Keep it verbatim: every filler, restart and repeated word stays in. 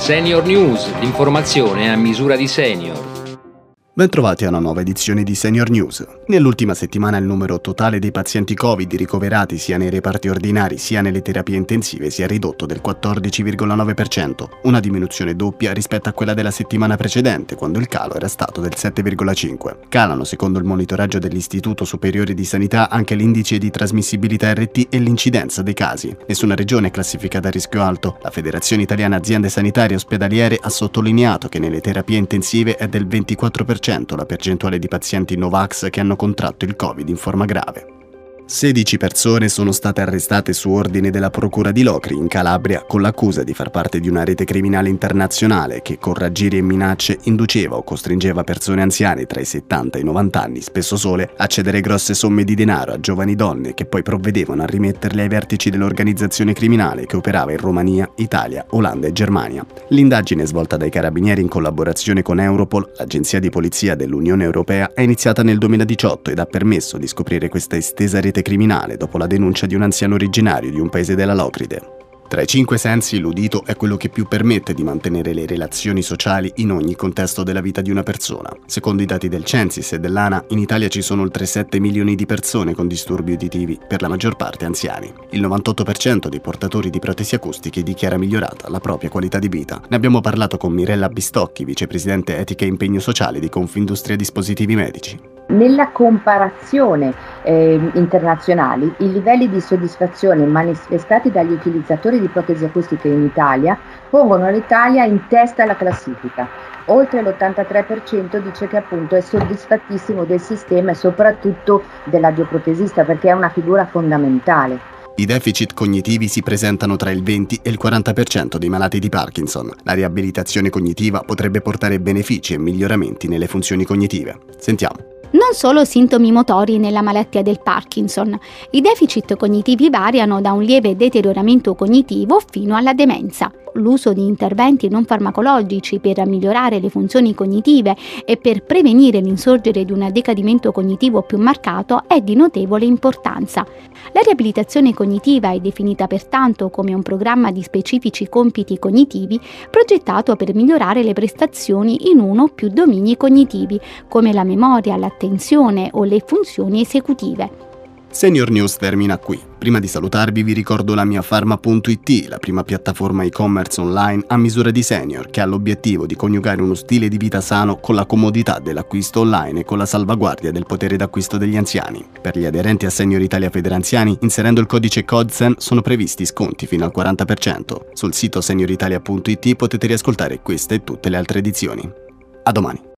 Senior News, l'informazione a misura di senior. Bentrovati a una nuova edizione di Senior News. Nell'ultima settimana il numero totale dei pazienti Covid ricoverati sia nei reparti ordinari sia nelle terapie intensive si è ridotto del quattordici virgola nove per cento, una diminuzione doppia rispetto a quella della settimana precedente, quando il calo era stato del sette virgola cinque. Calano, secondo il monitoraggio dell'Istituto Superiore di Sanità, anche l'indice di trasmissibilità R T e l'incidenza dei casi. Nessuna regione è classificata a rischio alto. La Federazione Italiana Aziende Sanitarie Ospedaliere ha sottolineato che nelle terapie intensive è del ventiquattro per cento la percentuale di pazienti Novax che hanno contratto il Covid in forma grave. sedici persone sono state arrestate su ordine della Procura di Locri, in Calabria, con l'accusa di far parte di una rete criminale internazionale che, con raggiri e minacce, induceva o costringeva persone anziane tra i settanta e i novanta anni, spesso sole, a cedere grosse somme di denaro a giovani donne che poi provvedevano a rimetterle ai vertici dell'organizzazione criminale che operava in Romania, Italia, Olanda e Germania. L'indagine, svolta dai carabinieri in collaborazione con Europol, l'agenzia di polizia dell'Unione Europea, è iniziata nel duemiladiciotto ed ha permesso di scoprire questa estesa rete criminale dopo la denuncia di un anziano originario di un paese della Locride. Tra i cinque sensi, l'udito è quello che più permette di mantenere le relazioni sociali in ogni contesto della vita di una persona. Secondo i dati del Censis e dell'A N A, in Italia ci sono oltre sette milioni di persone con disturbi uditivi, per la maggior parte anziani. Il novantotto per cento dei portatori di protesi acustiche dichiara migliorata la propria qualità di vita. Ne abbiamo parlato con Mirella Bistocchi, vicepresidente etica e impegno sociale di Confindustria Dispositivi Medici. Nella comparazione eh, internazionali, i livelli di soddisfazione manifestati dagli utilizzatori di protesi acustiche in Italia pongono l'Italia in testa alla classifica. Oltre l'ottantatré per cento dice che appunto è soddisfattissimo del sistema e soprattutto dell'audioprotesista, perché è una figura fondamentale. I deficit cognitivi si presentano tra il venti e il quaranta per cento dei malati di Parkinson. La riabilitazione cognitiva potrebbe portare benefici e miglioramenti nelle funzioni cognitive. Sentiamo. Non solo sintomi motori nella malattia del Parkinson. I deficit cognitivi variano da un lieve deterioramento cognitivo fino alla demenza. L'uso di interventi non farmacologici per migliorare le funzioni cognitive e per prevenire l'insorgere di un decadimento cognitivo più marcato è di notevole importanza. La riabilitazione cognitiva è definita pertanto come un programma di specifici compiti cognitivi progettato per migliorare le prestazioni in uno o più domini cognitivi, come la memoria, l'attenzione o le funzioni esecutive. Senior News termina qui. Prima di salutarvi vi ricordo la mia Pharma punto it, la prima piattaforma e-commerce online a misura di senior che ha l'obiettivo di coniugare uno stile di vita sano con la comodità dell'acquisto online e con la salvaguardia del potere d'acquisto degli anziani. Per gli aderenti a Senior Italia Federanziani, inserendo il codice CODSEN sono previsti sconti fino al quaranta per cento. Sul sito senior italia punto it potete riascoltare queste e tutte le altre edizioni. A domani!